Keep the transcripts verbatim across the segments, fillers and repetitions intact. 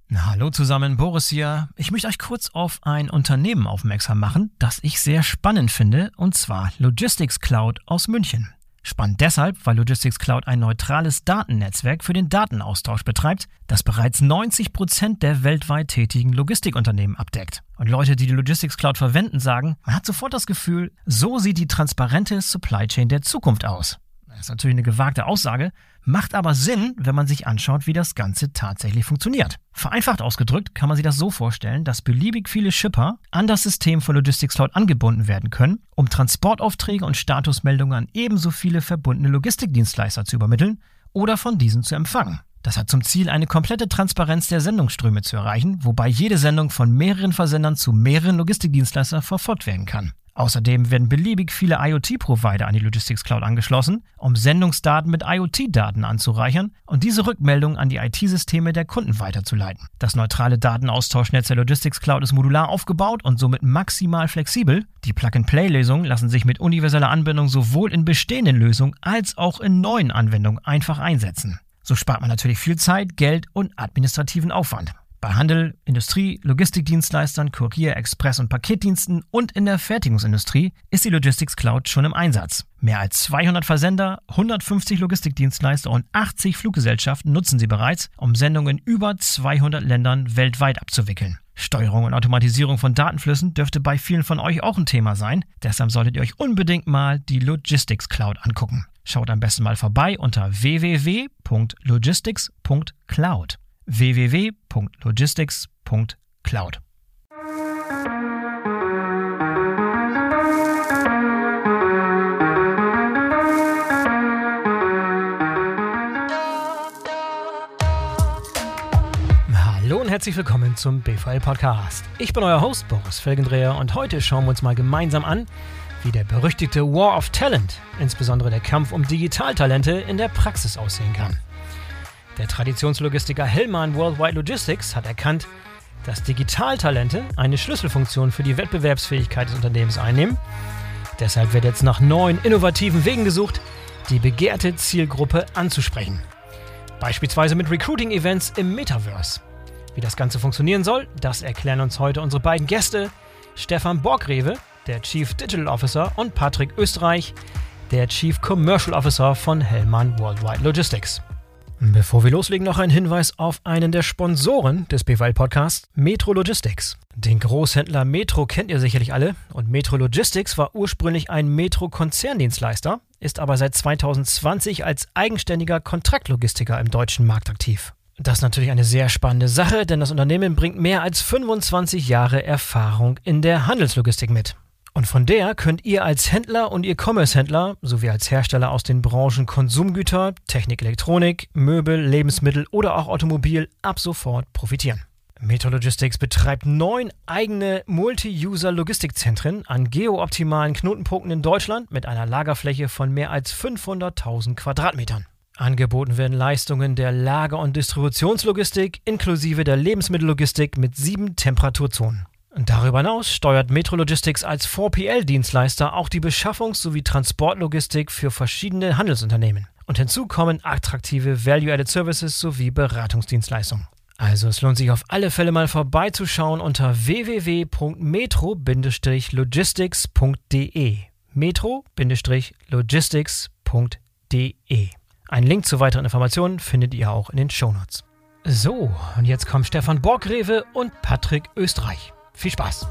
Hallo zusammen, Boris hier. Ich möchte euch kurz auf ein Unternehmen aufmerksam machen, das ich sehr spannend finde, und zwar Logistics Cloud aus München. Spannend deshalb, weil Logistics Cloud ein neutrales Datennetzwerk für den Datenaustausch betreibt, das bereits neunzig Prozent der weltweit tätigen Logistikunternehmen abdeckt. Und Leute, die die Logistics Cloud verwenden, sagen, man hat sofort das Gefühl, so sieht die transparente Supply Chain der Zukunft aus. Das ist natürlich eine gewagte Aussage, macht aber Sinn, wenn man sich anschaut, wie das Ganze tatsächlich funktioniert. Vereinfacht ausgedrückt kann man sich das so vorstellen, dass beliebig viele Shipper an das System von Logistics Cloud angebunden werden können, um Transportaufträge und Statusmeldungen an ebenso viele verbundene Logistikdienstleister zu übermitteln oder von diesen zu empfangen. Das hat zum Ziel, eine komplette Transparenz der Sendungsströme zu erreichen, wobei jede Sendung von mehreren Versendern zu mehreren Logistikdienstleistern verfolgt werden kann. Außerdem werden beliebig viele IoT-Provider an die Logistics Cloud angeschlossen, um Sendungsdaten mit IoT-Daten anzureichern und diese Rückmeldungen an die I T-Systeme der Kunden weiterzuleiten. Das neutrale Datenaustauschnetz der Logistics Cloud ist modular aufgebaut und somit maximal flexibel. Die Plug-and-Play-Lösungen lassen sich mit universeller Anbindung sowohl in bestehenden Lösungen als auch in neuen Anwendungen einfach einsetzen. So spart man natürlich viel Zeit, Geld und administrativen Aufwand. Bei Handel, Industrie, Logistikdienstleistern, Kurier-, Express- und Paketdiensten und in der Fertigungsindustrie ist die Logistics Cloud schon im Einsatz. Mehr als zweihundert Versender, hundertfünfzig Logistikdienstleister und achtzig Fluggesellschaften nutzen sie bereits, um Sendungen in über zweihundert Ländern weltweit abzuwickeln. Steuerung und Automatisierung von Datenflüssen dürfte bei vielen von euch auch ein Thema sein, deshalb solltet ihr euch unbedingt mal die Logistics Cloud angucken. Schaut am besten mal vorbei unter w w w punkt logistics punkt cloud. w w w punkt logistics punkt cloud. Hallo und herzlich willkommen zum B V L-Podcast. Ich bin euer Host Boris Felgendreher und heute schauen wir uns mal gemeinsam an, wie der berüchtigte War of Talent, insbesondere der Kampf um Digitaltalente, in der Praxis aussehen kann. Der Traditionslogistiker Hellmann Worldwide Logistics hat erkannt, dass Digitaltalente eine Schlüsselfunktion für die Wettbewerbsfähigkeit des Unternehmens einnehmen. Deshalb wird jetzt nach neuen, innovativen Wegen gesucht, die begehrte Zielgruppe anzusprechen. Beispielsweise mit Recruiting-Events im Metaverse. Wie das Ganze funktionieren soll, das erklären uns heute unsere beiden Gäste, Stefan Borgrewe, der Chief Digital Officer, und Patrick Österreich, der Chief Commercial Officer von Hellmann Worldwide Logistics. Bevor wir loslegen, noch ein Hinweis auf einen der Sponsoren des B V L-Podcasts, Metro Logistics. Den Großhändler Metro kennt ihr sicherlich alle und Metro Logistics war ursprünglich ein Metro-Konzerndienstleister, ist aber seit zweitausendzwanzig als eigenständiger Kontraktlogistiker im deutschen Markt aktiv. Das ist natürlich eine sehr spannende Sache, denn das Unternehmen bringt mehr als fünfundzwanzig Jahre Erfahrung in der Handelslogistik mit. Und von der könnt ihr als Händler und E-Commerce-Händler sowie als Hersteller aus den Branchen Konsumgüter, Technik, Elektronik, Möbel, Lebensmittel oder auch Automobil ab sofort profitieren. Metro Logistics betreibt neun eigene Multi-User-Logistikzentren an geooptimalen Knotenpunkten in Deutschland mit einer Lagerfläche von mehr als fünfhunderttausend Quadratmetern. Angeboten werden Leistungen der Lager- und Distributionslogistik inklusive der Lebensmittellogistik mit sieben Temperaturzonen. Darüber hinaus steuert Metro Logistics als vier P L-Dienstleister auch die Beschaffungs- sowie Transportlogistik für verschiedene Handelsunternehmen. Und hinzu kommen attraktive Value-Added Services sowie Beratungsdienstleistungen. Also es lohnt sich auf alle Fälle mal vorbeizuschauen unter w w w punkt metro logistics punkt d e. metro logistics punkt d e. Einen Link zu weiteren Informationen findet ihr auch in den Shownotes. So, und jetzt kommen Stefan Borgrewe und Patrick Österreich. Viel Spaß!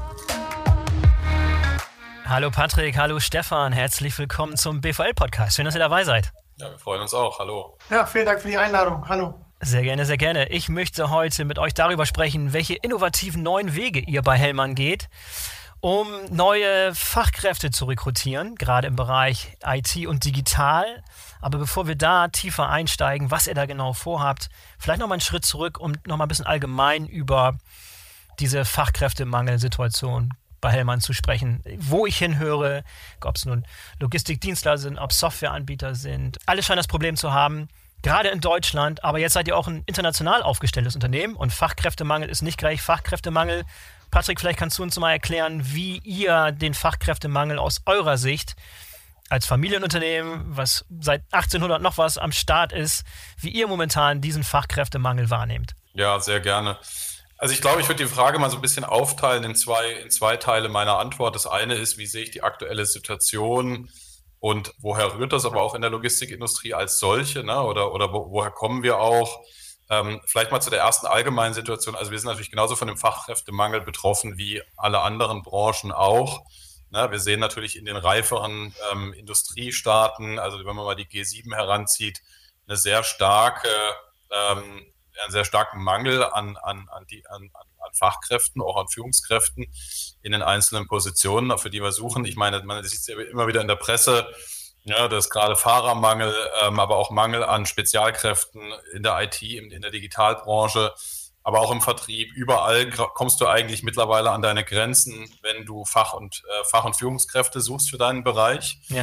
Hallo Patrick, hallo Stefan, herzlich willkommen zum B V L-Podcast. Schön, dass ihr dabei seid. Ja, wir freuen uns auch. Hallo. Ja, vielen Dank für die Einladung. Hallo. Sehr gerne, sehr gerne. Ich möchte heute mit euch darüber sprechen, welche innovativen neuen Wege ihr bei Hellmann geht, um neue Fachkräfte zu rekrutieren, gerade im Bereich I T und Digital. Aber bevor wir da tiefer einsteigen, was ihr da genau vorhabt, vielleicht nochmal einen Schritt zurück, um nochmal ein bisschen allgemein über diese Fachkräftemangelsituation bei Hellmann zu sprechen. Wo ich hinhöre, ob es nun Logistikdienstleister sind, ob Softwareanbieter sind. Alle scheinen das Problem zu haben, gerade in Deutschland. Aber jetzt seid ihr auch ein international aufgestelltes Unternehmen und Fachkräftemangel ist nicht gleich Fachkräftemangel. Patrick, vielleicht kannst du uns mal erklären, wie ihr den Fachkräftemangel aus eurer Sicht als Familienunternehmen, was seit achtzehnhundert noch was am Start ist, wie ihr momentan diesen Fachkräftemangel wahrnehmt. Ja, sehr gerne. Also ich glaube, ich würde die Frage mal so ein bisschen aufteilen in zwei, in zwei Teile meiner Antwort. Das eine ist, wie sehe ich die aktuelle Situation und woher rührt das aber auch in der Logistikindustrie als solche, ne? Oder, oder wo, woher kommen wir auch? Ähm, vielleicht mal zu der ersten allgemeinen Situation. Also wir sind natürlich genauso von dem Fachkräftemangel betroffen wie alle anderen Branchen auch. Ne? Wir sehen natürlich in den reiferen ähm, Industriestaaten, also wenn man mal die G sieben heranzieht, eine sehr starke ähm, einen sehr starken Mangel an, an, an, die, an, an Fachkräften, auch an Führungskräften in den einzelnen Positionen, für die wir suchen. Ich meine, man sieht es ja immer wieder in der Presse, ja, das ist gerade Fahrermangel, ähm, aber auch Mangel an Spezialkräften in der I T, in, in der Digitalbranche, aber auch im Vertrieb. Überall kommst du eigentlich mittlerweile an deine Grenzen, wenn du Fach- und, äh, Fach- und Führungskräfte suchst für deinen Bereich. Ja.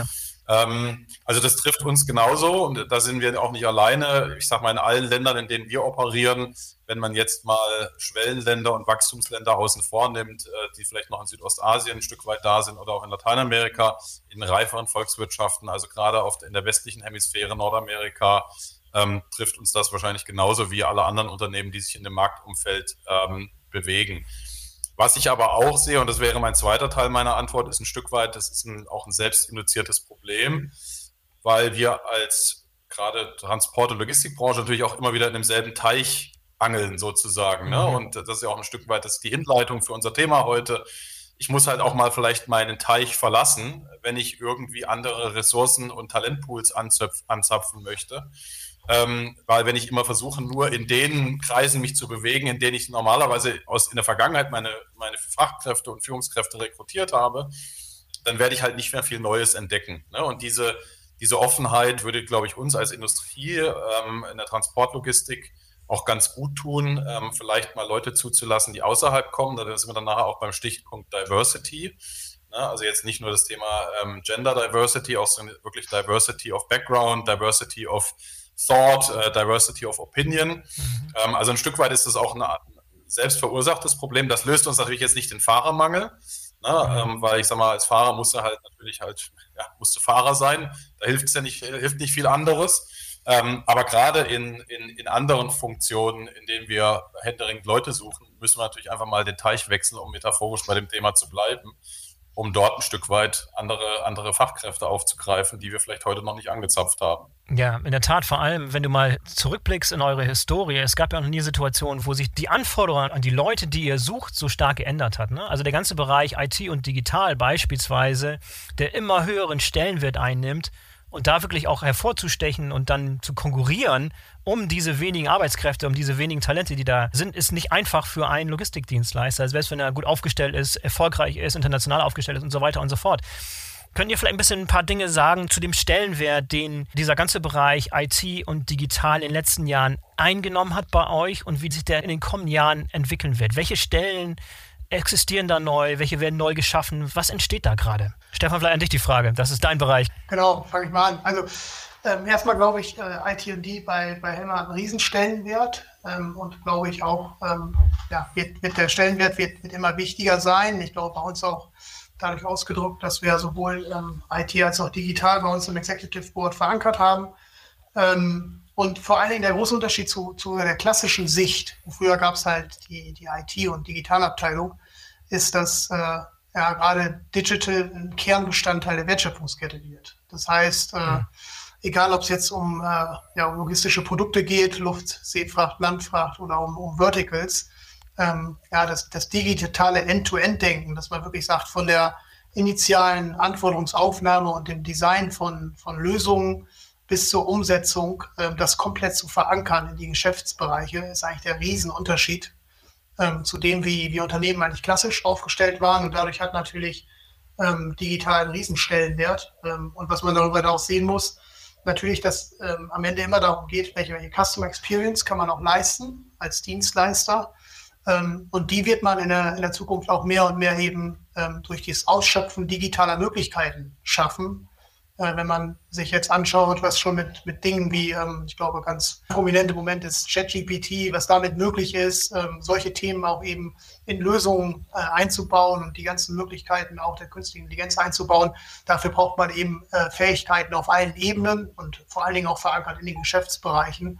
Also das trifft uns genauso und da sind wir auch nicht alleine. Ich sage mal, in allen Ländern, in denen wir operieren, wenn man jetzt mal Schwellenländer und Wachstumsländer außen vor nimmt, die vielleicht noch in Südostasien ein Stück weit da sind oder auch in Lateinamerika, in reiferen Volkswirtschaften, also gerade auf, in der westlichen Hemisphäre Nordamerika, ähm, trifft uns das wahrscheinlich genauso wie alle anderen Unternehmen, die sich in dem Marktumfeld ähm, bewegen. Was ich aber auch sehe, und das wäre mein zweiter Teil meiner Antwort, ist ein Stück weit, das ist ein, auch ein selbstinduziertes Problem, weil wir als gerade Transport- und Logistikbranche natürlich auch immer wieder in demselben Teich angeln sozusagen. Ne? Und das ist ja auch ein Stück weit, das ist die Hinleitung für unser Thema heute. Ich muss halt auch mal vielleicht meinen Teich verlassen, wenn ich irgendwie andere Ressourcen und Talentpools anzapf, anzapfen möchte. Ähm, weil wenn ich immer versuche, nur in den Kreisen mich zu bewegen, in denen ich normalerweise aus, in der Vergangenheit meine, meine Fachkräfte und Führungskräfte rekrutiert habe, dann werde ich halt nicht mehr viel Neues entdecken. Ne? Und diese, diese Offenheit würde, glaube ich, uns als Industrie ähm, in der Transportlogistik auch ganz gut tun, ähm, vielleicht mal Leute zuzulassen, die außerhalb kommen. Da sind wir dann nachher auch beim Stichpunkt Diversity. Ne? Also jetzt nicht nur das Thema ähm, Gender Diversity, auch so wirklich Diversity of Background, Diversity of Thought, uh, Diversity of Opinion. Mhm. Ähm, also ein Stück weit ist das auch ein selbstverursachtes Problem. Das löst uns natürlich jetzt nicht den Fahrermangel, ne? mhm. ähm, weil ich sag mal, als Fahrer musst du halt natürlich halt, ja, musst du Fahrer sein. Da hilft es ja nicht, hilft nicht viel anderes. Ähm, aber gerade in, in, in anderen Funktionen, in denen wir händeringend Leute suchen, müssen wir natürlich einfach mal den Teich wechseln, um metaphorisch bei dem Thema zu bleiben, um dort ein Stück weit andere, andere Fachkräfte aufzugreifen, die wir vielleicht heute noch nicht angezapft haben. Ja, in der Tat, vor allem, wenn du mal zurückblickst in eure Historie, es gab ja noch nie Situationen, wo sich die Anforderungen an die Leute, die ihr sucht, so stark geändert hat. Ne? Also der ganze Bereich I T und Digital beispielsweise, der immer höheren Stellenwert einnimmt und da wirklich auch hervorzustechen und dann zu konkurrieren um diese wenigen Arbeitskräfte, um diese wenigen Talente, die da sind, ist nicht einfach für einen Logistikdienstleister. Also selbst wenn er gut aufgestellt ist, erfolgreich ist, international aufgestellt ist und so weiter und so fort. Könnt ihr vielleicht ein bisschen ein paar Dinge sagen zu dem Stellenwert, den dieser ganze Bereich I T und Digital in den letzten Jahren eingenommen hat bei euch und wie sich der in den kommenden Jahren entwickeln wird? Welche Stellen existieren da neu? Welche werden neu geschaffen? Was entsteht da gerade? Stefan, vielleicht an dich die Frage. Das ist dein Bereich. Genau, fange ich mal an. Also ähm, erstmal glaube ich, äh, I T und D bei, bei Helmer hat einen riesen Stellenwert ähm, und glaube ich auch, ähm, ja, wird, wird der Stellenwert wird, wird immer wichtiger sein. Ich glaube bei uns auch dadurch ausgedrückt, dass wir sowohl ähm, I T als auch digital bei uns im Executive Board verankert haben. Ähm, und vor allen Dingen der große Unterschied zu, zu der klassischen Sicht, früher gab es halt die, die I T- und Digitalabteilung, ist, dass äh, ja, gerade Digital ein Kernbestandteil der Wertschöpfungskette wird. Das heißt, äh, mhm. egal ob es jetzt um, äh, ja, um logistische Produkte geht, Luft, Seefracht, Landfracht oder um, um Verticals, Ähm, ja, das, das digitale End-to-End-Denken, dass man wirklich sagt, von der initialen Anforderungsaufnahme und dem Design von, von Lösungen bis zur Umsetzung, äh, das komplett zu verankern in die Geschäftsbereiche, ist eigentlich der Riesenunterschied ähm, zu dem, wie, wie Unternehmen eigentlich klassisch aufgestellt waren. Und dadurch hat natürlich ähm, digital einen Riesenstellenwert. Ähm, und was man darüber auch sehen muss, natürlich, dass ähm, am Ende immer darum geht, welche, welche Customer Experience kann man auch leisten als Dienstleister. Ähm, und die wird man in der, in der Zukunft auch mehr und mehr eben ähm, durch das Ausschöpfen digitaler Möglichkeiten schaffen. Äh, wenn man sich jetzt anschaut, was schon mit, mit Dingen wie, ähm, ich glaube, ganz prominent im Moment ist ChatGPT, was damit möglich ist, ähm, solche Themen auch eben in Lösungen äh, einzubauen und die ganzen Möglichkeiten auch der künstlichen Intelligenz einzubauen. Dafür braucht man eben äh, Fähigkeiten auf allen Ebenen und vor allen Dingen auch verankert in den Geschäftsbereichen.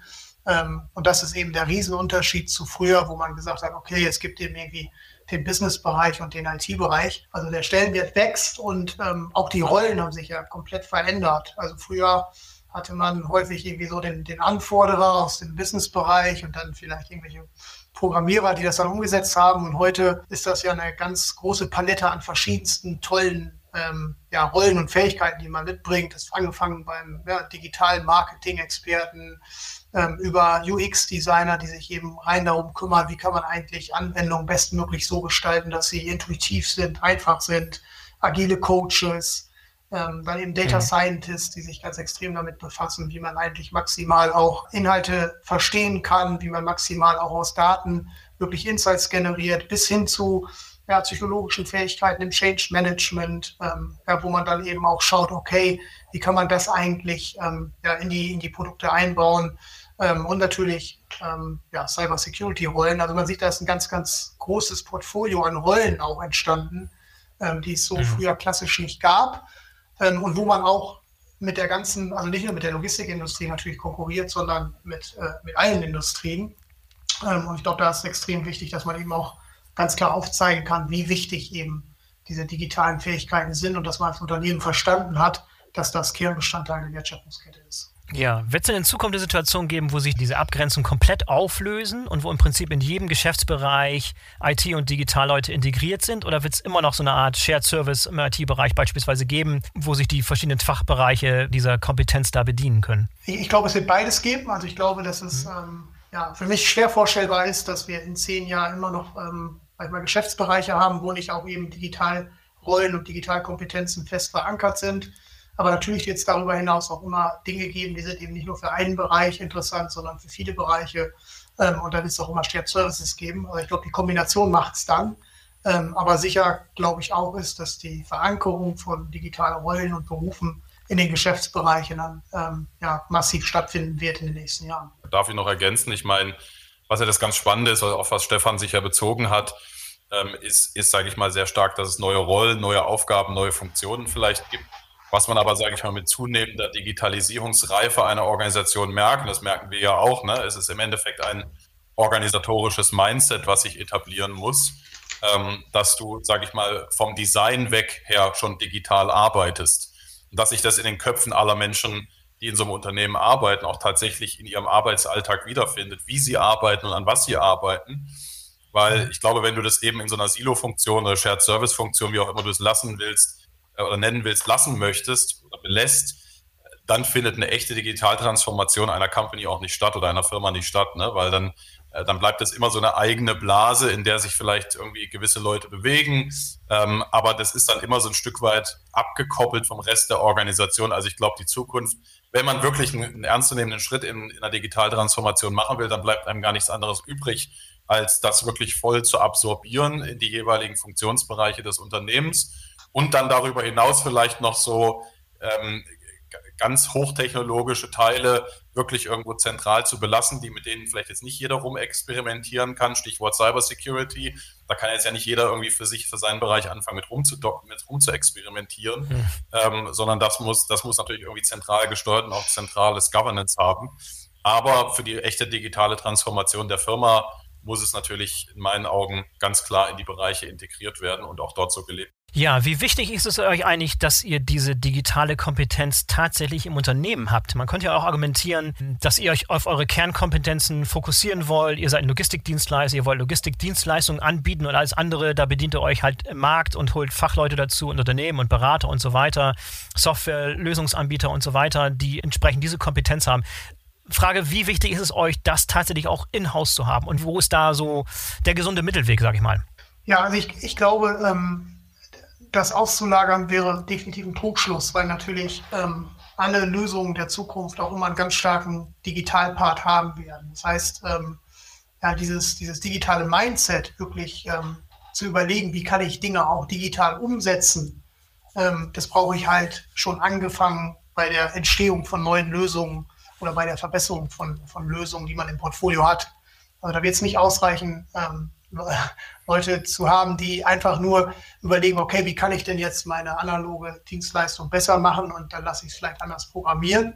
Ähm, und das ist eben der Riesenunterschied zu früher, wo man gesagt hat, okay, es gibt eben irgendwie den Business-Bereich und den I T-Bereich. Also der Stellenwert wächst und ähm, auch die Rollen haben sich ja komplett verändert. Also früher hatte man häufig irgendwie so den, den Anforderer aus dem Business-Bereich und dann vielleicht irgendwelche Programmierer, die das dann umgesetzt haben. Und heute ist das ja eine ganz große Palette an verschiedensten tollen ähm, ja, Rollen und Fähigkeiten, die man mitbringt. Das ist angefangen beim ja, digitalen Marketing-Experten ähm, über U X-Designer, die sich eben rein darum kümmern, wie kann man eigentlich Anwendungen bestmöglich so gestalten, dass sie intuitiv sind, einfach sind, agile Coaches, Ähm, dann eben Data Scientists, die sich ganz extrem damit befassen, wie man eigentlich maximal auch Inhalte verstehen kann, wie man maximal auch aus Daten wirklich Insights generiert, bis hin zu ja, psychologischen Fähigkeiten im Change Management, ähm, ja, wo man dann eben auch schaut, okay, wie kann man das eigentlich ähm, ja, in die, in die Produkte einbauen ähm, und natürlich ähm, ja, Cyber Security Rollen. Also man sieht, da ist ein ganz, ganz großes Portfolio an Rollen auch entstanden, ähm, die es so mhm. früher klassisch nicht gab. Ähm, und wo man auch mit der ganzen, also nicht nur mit der Logistikindustrie natürlich konkurriert, sondern mit, äh, mit allen Industrien. Ähm, und ich glaube, da ist es extrem wichtig, dass man eben auch ganz klar aufzeigen kann, wie wichtig eben diese digitalen Fähigkeiten sind und dass man als Unternehmen verstanden hat, dass das Kernbestandteil der Wertschöpfungskette ist. Ja, wird es denn in Zukunft eine Situation geben, wo sich diese Abgrenzungen komplett auflösen und wo im Prinzip in jedem Geschäftsbereich I T- und Digitalleute integriert sind? Oder wird es immer noch so eine Art Shared Service im I T-Bereich beispielsweise geben, wo sich die verschiedenen Fachbereiche dieser Kompetenz da bedienen können? Ich, ich glaube, es wird beides geben. Also ich glaube, dass es mhm. ähm, ja, für mich schwer vorstellbar ist, dass wir in zehn Jahren immer noch ähm, manchmal Geschäftsbereiche haben, wo nicht auch eben Digitalrollen und Digitalkompetenzen fest verankert sind. Aber natürlich wird es darüber hinaus auch immer Dinge geben, die sind eben nicht nur für einen Bereich interessant, sondern für viele Bereiche. Ähm, und da wird es auch immer Shared Services geben. Also ich glaube, die Kombination macht es dann. Ähm, aber sicher, glaube ich, auch ist, dass die Verankerung von digitalen Rollen und Berufen in den Geschäftsbereichen dann ähm, ja, massiv stattfinden wird in den nächsten Jahren. Darf ich noch ergänzen? Ich meine, was ja das ganz Spannende ist, auf was Stefan sich ja bezogen hat, ähm, ist, ist sage ich mal, sehr stark, dass es neue Rollen, neue Aufgaben, neue Funktionen vielleicht gibt. Was man aber, sage ich mal, mit zunehmender Digitalisierungsreife einer Organisation merkt, und das merken wir ja auch, ne, es ist im Endeffekt ein organisatorisches Mindset, was sich etablieren muss, ähm, dass du, sage ich mal, vom Design weg her schon digital arbeitest. Und dass sich das in den Köpfen aller Menschen, die in so einem Unternehmen arbeiten, auch tatsächlich in ihrem Arbeitsalltag wiederfindet, wie sie arbeiten und an was sie arbeiten. Weil ich glaube, wenn du das eben in so einer Silo-Funktion oder Shared-Service-Funktion, wie auch immer du es lassen willst, oder nennen willst, lassen möchtest oder belässt, dann findet eine echte Digitaltransformation einer Company auch nicht statt oder einer Firma nicht statt, ne? Weil dann, äh, dann bleibt es immer so eine eigene Blase, in der sich vielleicht irgendwie gewisse Leute bewegen, ähm, aber das ist dann immer so ein Stück weit abgekoppelt vom Rest der Organisation. Also ich glaube, die Zukunft, wenn man wirklich einen, einen ernstzunehmenden Schritt in, in einer Digitaltransformation machen will, dann bleibt einem gar nichts anderes übrig, als das wirklich voll zu absorbieren in die jeweiligen Funktionsbereiche des Unternehmens. Und dann darüber hinaus vielleicht noch so ähm, ganz hochtechnologische Teile wirklich irgendwo zentral zu belassen, die mit denen vielleicht jetzt nicht jeder rumexperimentieren kann. Stichwort Cyber Security. Da kann jetzt ja nicht jeder irgendwie für sich, für seinen Bereich anfangen, mit rumzudocken, mit rumzuexperimentieren, mhm. ähm, sondern das muss, das muss natürlich irgendwie zentral gesteuert und auch zentrales Governance haben. Aber für die echte digitale Transformation der Firma muss es natürlich in meinen Augen ganz klar in die Bereiche integriert werden und auch dort so gelebt. Ja, wie wichtig ist es euch eigentlich, dass ihr diese digitale Kompetenz tatsächlich im Unternehmen habt? Man könnte ja auch argumentieren, dass ihr euch auf eure Kernkompetenzen fokussieren wollt. Ihr seid ein Logistikdienstleister, ihr wollt Logistikdienstleistungen anbieten und alles andere, da bedient ihr euch halt im Markt und holt Fachleute dazu und Unternehmen und Berater und so weiter, Software, Lösungsanbieter und so weiter, die entsprechend diese Kompetenz haben. Frage, wie wichtig ist es euch, das tatsächlich auch in-house zu haben? Und wo ist da so der gesunde Mittelweg, sag ich mal? Ja, also ich, ich glaube, ähm, das auszulagern wäre definitiv ein Trugschluss, weil natürlich ähm, alle Lösungen der Zukunft auch immer einen ganz starken Digitalpart haben werden. Das heißt, ähm, ja, dieses, dieses digitale Mindset wirklich ähm, zu überlegen, wie kann ich Dinge auch digital umsetzen, ähm, das brauche ich halt schon angefangen bei der Entstehung von neuen Lösungen oder bei der Verbesserung von, von Lösungen, die man im Portfolio hat. Also da wird es nicht ausreichen, ähm, Leute zu haben, die einfach nur überlegen, okay, wie kann ich denn jetzt meine analoge Dienstleistung besser machen und dann lasse ich es vielleicht anders programmieren,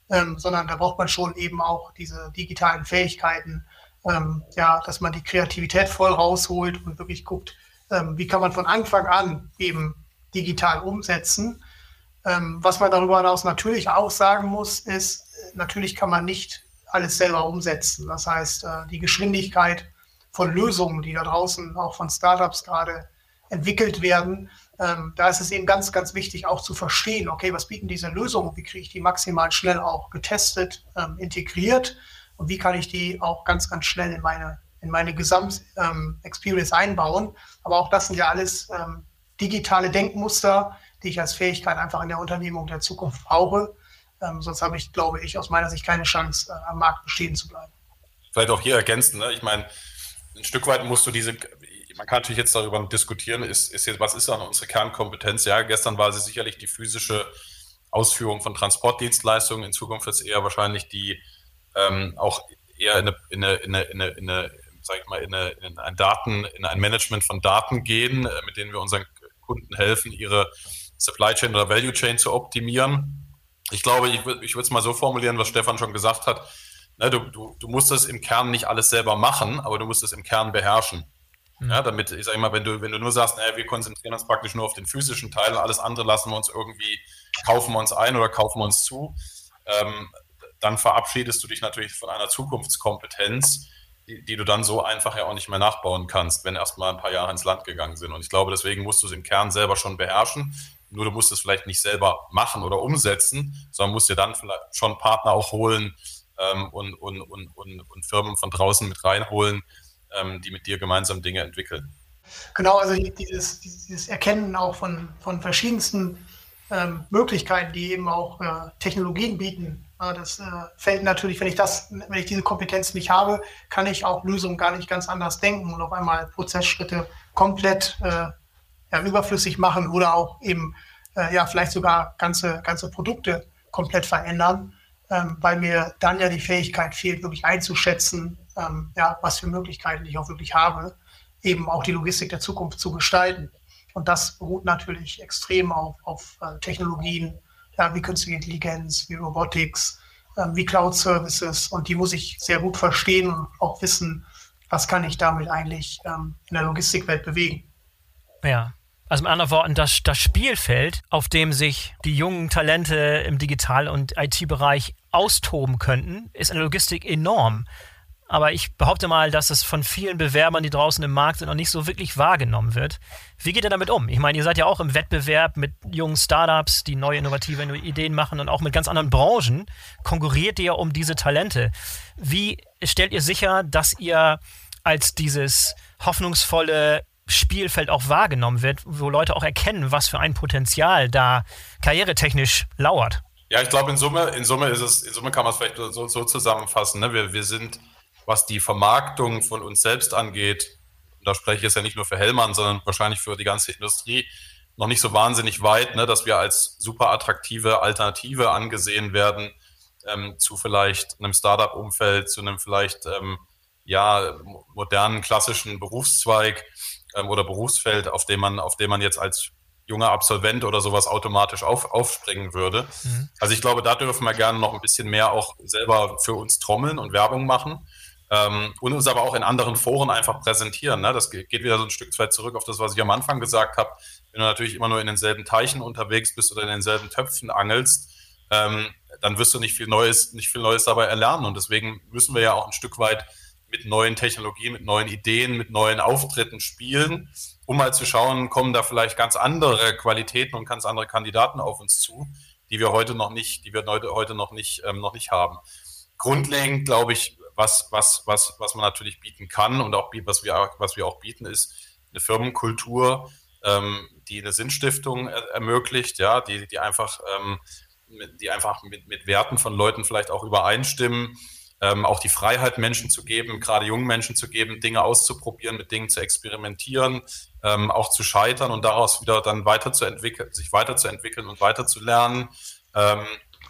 ähm, sondern da braucht man schon eben auch diese digitalen Fähigkeiten, ähm, ja, dass man die Kreativität voll rausholt und wirklich guckt, ähm, wie kann man von Anfang an eben digital umsetzen. Ähm, was man darüber hinaus natürlich auch sagen muss, ist, natürlich kann man nicht alles selber umsetzen. Das heißt, äh, die Geschwindigkeit von Lösungen, die da draußen auch von Startups gerade entwickelt werden, ähm, da ist es eben ganz, ganz wichtig auch zu verstehen, okay, was bieten diese Lösungen, wie kriege ich die maximal schnell auch getestet, ähm, integriert und wie kann ich die auch ganz, ganz schnell in meine, in meine Gesamt-Experience ähm, einbauen. Aber auch das sind ja alles ähm, digitale Denkmuster, die ich als Fähigkeit einfach in der Unternehmung der Zukunft brauche. Ähm, sonst habe ich, glaube ich, aus meiner Sicht keine Chance, äh, am Markt bestehen zu bleiben. Vielleicht auch hier ergänzen, ne? Ich meine, ein Stück weit musst du diese, man kann natürlich jetzt darüber diskutieren, ist, ist jetzt, was ist dann unsere Kernkompetenz? Ja, gestern war sie sicherlich die physische Ausführung von Transportdienstleistungen, in Zukunft wird es eher wahrscheinlich die ähm, auch eher in eine, in eine, in eine, in eine, in eine sag ich mal, in, eine, in ein Daten, in ein Management von Daten gehen, äh, mit denen wir unseren Kunden helfen, ihre Supply Chain oder Value Chain zu optimieren. Ich glaube, ich, ich würde es mal so formulieren, was Stefan schon gesagt hat. Ne, du, du, du musst es im Kern nicht alles selber machen, aber du musst es im Kern beherrschen. Mhm. Ja, damit, ich sage mal, wenn du, wenn du nur sagst, naja, wir konzentrieren uns praktisch nur auf den physischen Teil, alles andere lassen wir uns irgendwie, kaufen wir uns ein oder kaufen wir uns zu, ähm, dann verabschiedest du dich natürlich von einer Zukunftskompetenz, die, die du dann so einfach ja auch nicht mehr nachbauen kannst, wenn erstmal ein paar Jahre ins Land gegangen sind. Und ich glaube, deswegen musst du es im Kern selber schon beherrschen. Nur du musst es vielleicht nicht selber machen oder umsetzen, sondern musst dir dann vielleicht schon Partner auch holen ähm, und, und, und, und, und Firmen von draußen mit reinholen, ähm, die mit dir gemeinsam Dinge entwickeln. Genau, also dieses, dieses Erkennen auch von, von verschiedensten ähm, Möglichkeiten, die eben auch äh, Technologien bieten. Äh, das äh, fällt natürlich, wenn ich das, wenn ich diese Kompetenz nicht habe, kann ich auch Lösungen gar nicht ganz anders denken und auf einmal Prozessschritte komplett äh, ja, überflüssig machen oder auch eben äh, ja vielleicht sogar ganze, ganze Produkte komplett verändern, ähm, weil mir dann ja die Fähigkeit fehlt, wirklich einzuschätzen, ähm, ja, was für Möglichkeiten ich auch wirklich habe, eben auch die Logistik der Zukunft zu gestalten. Und das beruht natürlich extrem auf, auf äh, Technologien, ja, wie künstliche Intelligenz, wie Robotics, äh, wie Cloud-Services. Und die muss ich sehr gut verstehen und auch wissen, was kann ich damit eigentlich ähm, in der Logistikwelt bewegen. Ja. Also mit anderen Worten, das, das Spielfeld, auf dem sich die jungen Talente im Digital- und I T-Bereich austoben könnten, ist in der Logistik enorm. Aber ich behaupte mal, dass es von vielen Bewerbern, die draußen im Markt sind, noch nicht so wirklich wahrgenommen wird. Wie geht ihr damit um? Ich meine, ihr seid ja auch im Wettbewerb mit jungen Startups, die neue innovative Ideen machen und auch mit ganz anderen Branchen konkurriert ihr um diese Talente. Wie stellt ihr sicher, dass ihr als dieses hoffnungsvolle Spielfeld auch wahrgenommen wird, wo Leute auch erkennen, was für ein Potenzial da karrieretechnisch lauert? Ja, ich glaube, in Summe, in Summe ist es, in Summe kann man es vielleicht so, so zusammenfassen. Ne? Wir, wir sind, was die Vermarktung von uns selbst angeht, und da spreche ich jetzt ja nicht nur für Hellmann, sondern wahrscheinlich für die ganze Industrie, noch nicht so wahnsinnig weit, ne? Dass wir als super attraktive Alternative angesehen werden ähm, zu vielleicht einem Startup-Umfeld, zu einem vielleicht ähm, ja, modernen, klassischen Berufszweig ähm, oder Berufsfeld, auf dem man, auf dem man jetzt als junger Absolvent oder sowas automatisch auf, aufspringen würde. Mhm. Also ich glaube, da dürfen wir gerne noch ein bisschen mehr auch selber für uns trommeln und Werbung machen ähm, und uns aber auch in anderen Foren einfach präsentieren. Ne? Das geht wieder so ein Stück weit zurück auf das, was ich am Anfang gesagt habe. Wenn du natürlich immer nur in denselben Teichen unterwegs bist oder in denselben Töpfen angelst, ähm, dann wirst du nicht viel Neues, nicht viel Neues dabei erlernen. Und deswegen müssen wir ja auch ein Stück weit mit neuen Technologien, mit neuen Ideen, mit neuen Auftritten spielen, um mal zu schauen, kommen da vielleicht ganz andere Qualitäten und ganz andere Kandidaten auf uns zu, die wir heute noch nicht, die wir heute, heute noch nicht, ähm, noch nicht haben. Grundlegend glaube ich, was, was, was, was man natürlich bieten kann und auch was wir, was wir auch bieten, ist eine Firmenkultur, ähm, die eine Sinnstiftung er- ermöglicht, ja, die, die einfach, ähm, mit, die einfach mit, mit Werten von Leuten vielleicht auch übereinstimmen. Ähm, auch die Freiheit, Menschen zu geben, gerade jungen Menschen zu geben, Dinge auszuprobieren, mit Dingen zu experimentieren, ähm, auch zu scheitern und daraus wieder dann weiterzuentwickeln, sich weiterzuentwickeln und weiterzulernen ähm,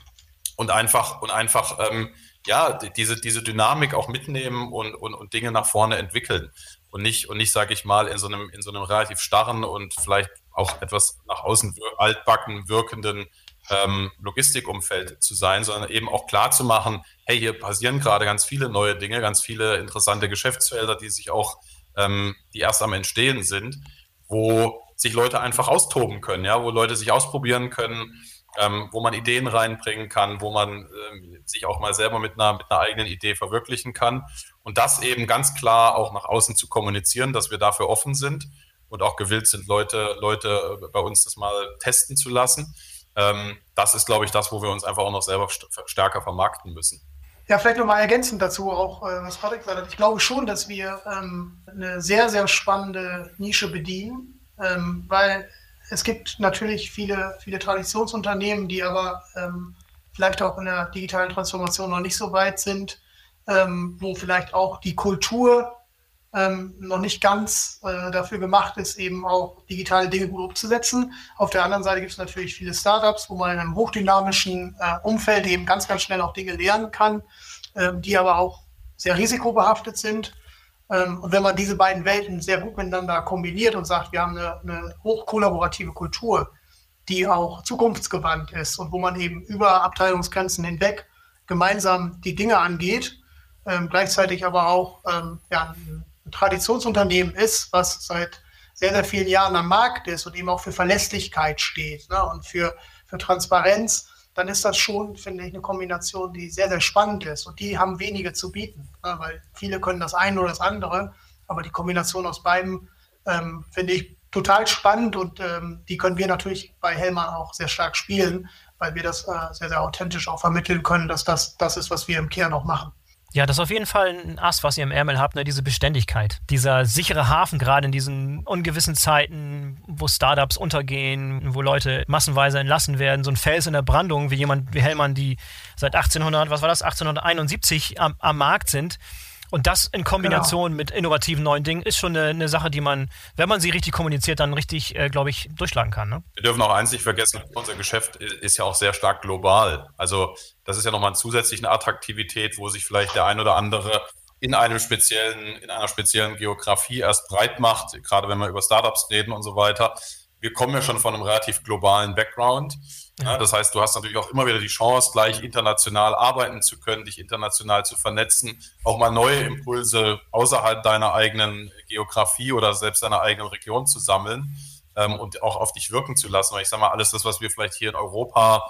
und einfach und einfach ähm, ja diese diese Dynamik auch mitnehmen und und und Dinge nach vorne entwickeln und nicht und nicht sage ich mal in so einem in so einem relativ starren und vielleicht auch etwas nach außen wir- altbacken wirkenden ähm, Logistikumfeld zu sein, sondern eben auch klar zu machen, hey, hier passieren gerade ganz viele neue Dinge, ganz viele interessante Geschäftsfelder, die sich auch, ähm, die erst am Entstehen sind, wo sich Leute einfach austoben können, ja, wo Leute sich ausprobieren können, ähm, wo man Ideen reinbringen kann, wo man ähm, sich auch mal selber mit einer, mit einer eigenen Idee verwirklichen kann. Und das eben ganz klar auch nach außen zu kommunizieren, dass wir dafür offen sind und auch gewillt sind, Leute, Leute bei uns das mal testen zu lassen. Ähm, das ist, glaube ich, das, wo wir uns einfach auch noch selber st- stärker vermarkten müssen. Ja, vielleicht nochmal ergänzend dazu auch, äh, was Patrick gesagt hat. Ich glaube schon, dass wir ähm, eine sehr, sehr spannende Nische bedienen, ähm, weil es gibt natürlich viele, viele Traditionsunternehmen, die aber ähm, vielleicht auch in der digitalen Transformation noch nicht so weit sind, ähm, wo vielleicht auch die Kultur ähm, noch nicht ganz äh, dafür gemacht ist, eben auch digitale Dinge gut umzusetzen. Auf der anderen Seite gibt es natürlich viele Startups, wo man in einem hochdynamischen äh, Umfeld eben ganz, ganz schnell auch Dinge lernen kann, ähm, die aber auch sehr risikobehaftet sind. Ähm, und wenn man diese beiden Welten sehr gut miteinander kombiniert und sagt, wir haben eine, eine hochkollaborative Kultur, die auch zukunftsgewandt ist und wo man eben über Abteilungsgrenzen hinweg gemeinsam die Dinge angeht, ähm, gleichzeitig aber auch ähm, ja, ein Traditionsunternehmen ist, was seit sehr, sehr vielen Jahren am Markt ist und eben auch für Verlässlichkeit steht, ne, und für, für Transparenz, dann ist das schon, finde ich, eine Kombination, die sehr, sehr spannend ist. Und die haben wenige zu bieten, ne, weil viele können das eine oder das andere, aber die Kombination aus beiden ähm, finde ich total spannend und ähm, die können wir natürlich bei Hellmann auch sehr stark spielen, weil wir das äh, sehr, sehr authentisch auch vermitteln können, dass das das ist, was wir im Kern auch machen. Ja, das ist auf jeden Fall ein Ass, was ihr im Ärmel habt, ne? Diese Beständigkeit. Dieser sichere Hafen, gerade in diesen ungewissen Zeiten, wo Startups untergehen, wo Leute massenweise entlassen werden. So ein Fels in der Brandung, wie jemand wie Hellmann, die seit achtzehnhundert, was war das, achtzehnhunderteinundsiebzig am, am Markt sind. Und das in Kombination genau. mit innovativen neuen Dingen ist schon eine, eine Sache, die man, wenn man sie richtig kommuniziert, dann richtig, äh, glaube ich, durchschlagen kann. Ne? Wir dürfen auch eins nicht vergessen, unser Geschäft ist ja auch sehr stark global. Also das ist ja nochmal eine zusätzliche Attraktivität, wo sich vielleicht der ein oder andere in einem speziellen, in einer speziellen Geografie erst breit macht, gerade wenn wir über Startups reden und so weiter. Wir kommen ja schon von einem relativ globalen Background. Ja, das heißt, du hast natürlich auch immer wieder die Chance, gleich international arbeiten zu können, dich international zu vernetzen, auch mal neue Impulse außerhalb deiner eigenen Geografie oder selbst deiner eigenen Region zu sammeln ähm, und auch auf dich wirken zu lassen. Weil ich sage mal, alles das, was wir vielleicht hier in Europa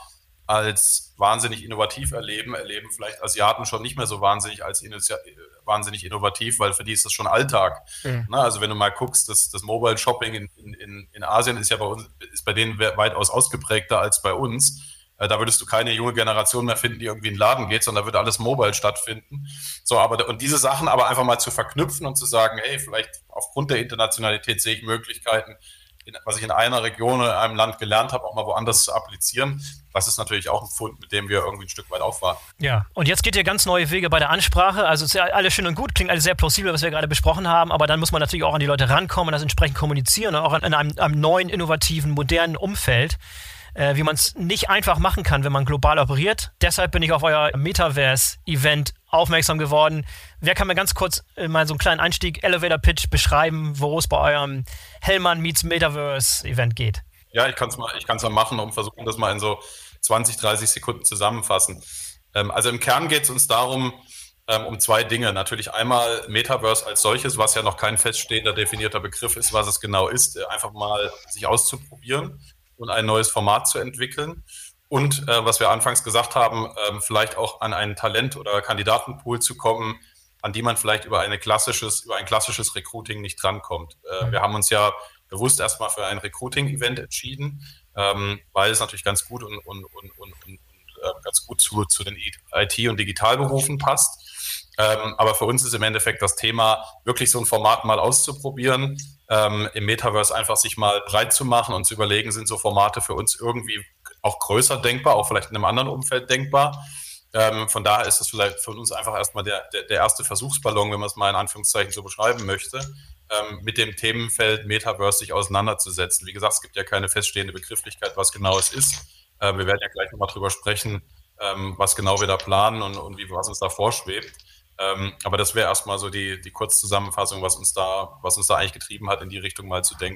als wahnsinnig innovativ erleben, erleben vielleicht Asiaten schon nicht mehr so wahnsinnig als initial, wahnsinnig innovativ, weil für die ist das schon Alltag. Mhm. Na, also wenn du mal guckst, das, das Mobile Shopping in, in, in Asien ist ja bei uns, ist bei denen weitaus ausgeprägter als bei uns. Äh, da würdest du keine junge Generation mehr finden, die irgendwie in den Laden geht, sondern da würde alles mobile stattfinden. So, aber und diese Sachen aber einfach mal zu verknüpfen und zu sagen, hey, vielleicht aufgrund der Internationalität sehe ich Möglichkeiten, in, was ich in einer Region oder in einem Land gelernt habe, auch mal woanders zu applizieren. Das ist natürlich auch ein Pfund, mit dem wir irgendwie ein Stück weit aufwarten. Ja, und jetzt geht ihr ganz neue Wege bei der Ansprache. Also es ist ja alles schön und gut, klingt alles sehr plausibel, was wir gerade besprochen haben, aber dann muss man natürlich auch an die Leute rankommen und das entsprechend kommunizieren, auch in einem, einem neuen, innovativen, modernen Umfeld, äh, wie man es nicht einfach machen kann, wenn man global operiert. Deshalb bin ich auf euer Metaverse-Event aufmerksam geworden. Wer kann mir ganz kurz äh, mal so einen kleinen Einstieg, Elevator-Pitch beschreiben, wo es bei eurem Hellmann meets Metaverse-Event geht? Ja, ich kann es mal, ich kann es mal machen und versuchen, das mal in so zwanzig, dreißig Sekunden zusammenfassen. Ähm, also im Kern geht es uns darum, ähm, um zwei Dinge. Natürlich einmal Metaverse als solches, was ja noch kein feststehender, definierter Begriff ist, was es genau ist, einfach mal sich auszuprobieren und ein neues Format zu entwickeln. Und äh, was wir anfangs gesagt haben, ähm, vielleicht auch an einen Talent- oder Kandidatenpool zu kommen, an die man vielleicht über, eine klassisches, über ein klassisches Recruiting nicht drankommt. Äh, wir haben uns ja bewusst erstmal für ein Recruiting-Event entschieden, ähm, weil es natürlich ganz gut und, und, und, und, und äh, ganz gut zu, zu den I T- und Digitalberufen passt. Ähm, aber für uns ist im Endeffekt das Thema, wirklich so ein Format mal auszuprobieren, ähm, im Metaverse einfach sich mal breit zu machen und zu überlegen, sind so Formate für uns irgendwie auch größer denkbar, auch vielleicht in einem anderen Umfeld denkbar. Ähm, von daher ist es vielleicht für uns einfach erstmal der, der, der erste Versuchsballon, wenn man es mal in Anführungszeichen so beschreiben möchte, ähm, mit dem Themenfeld Metaverse sich auseinanderzusetzen. Wie gesagt, es gibt ja keine feststehende Begrifflichkeit, was genau es ist. Äh, wir werden ja gleich nochmal drüber sprechen, ähm, was genau wir da planen und, und wie, was uns da vorschwebt. Ähm, aber das wäre erstmal so die, die Kurzzusammenfassung, was uns da, was uns da eigentlich getrieben hat, in die Richtung mal zu denken.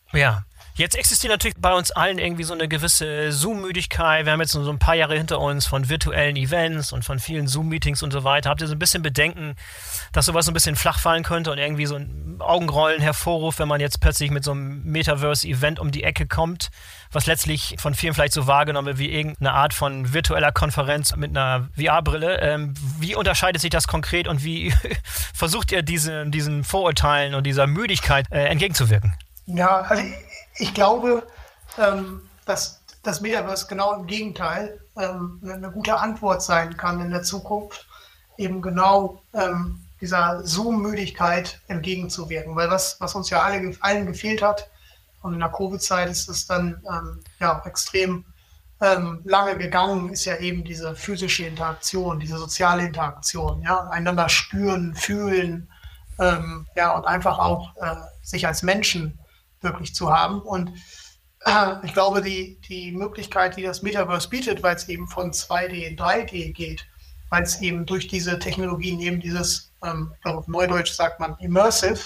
Ja. Jetzt existiert natürlich bei uns allen irgendwie so eine gewisse Zoom-Müdigkeit. Wir haben jetzt so ein paar Jahre hinter uns von virtuellen Events und von vielen Zoom-Meetings und so weiter. Habt ihr so ein bisschen Bedenken, dass sowas so ein bisschen flach fallen könnte und irgendwie so ein Augenrollen hervorruft, wenn man jetzt plötzlich mit so einem Metaverse-Event um die Ecke kommt, was letztlich von vielen vielleicht so wahrgenommen wird wie irgendeine Art von virtueller Konferenz mit einer V R-Brille. Ähm, wie unterscheidet sich das konkret und wie versucht ihr diese, diesen Vorurteilen und dieser Müdigkeit äh, entgegenzuwirken? Ja, also ich, ich glaube, ähm, dass das Metaverse genau im Gegenteil ähm, eine gute Antwort sein kann in der Zukunft, eben genau ähm, dieser Zoom-Müdigkeit entgegenzuwirken. Weil was, was uns ja alle, allen gefehlt hat, und in der Covid-Zeit ist es dann ähm, ja, extrem ähm, lange gegangen, ist ja eben diese physische Interaktion, diese soziale Interaktion, ja, einander spüren, fühlen, ähm, ja, und einfach auch äh, sich als Menschen wirklich zu haben. Und äh, ich glaube, die, die Möglichkeit, die das Metaverse bietet, weil es eben von zwei D in drei D geht, weil es eben durch diese Technologien eben dieses, ähm, ich glaube auf Neudeutsch sagt man Immersive,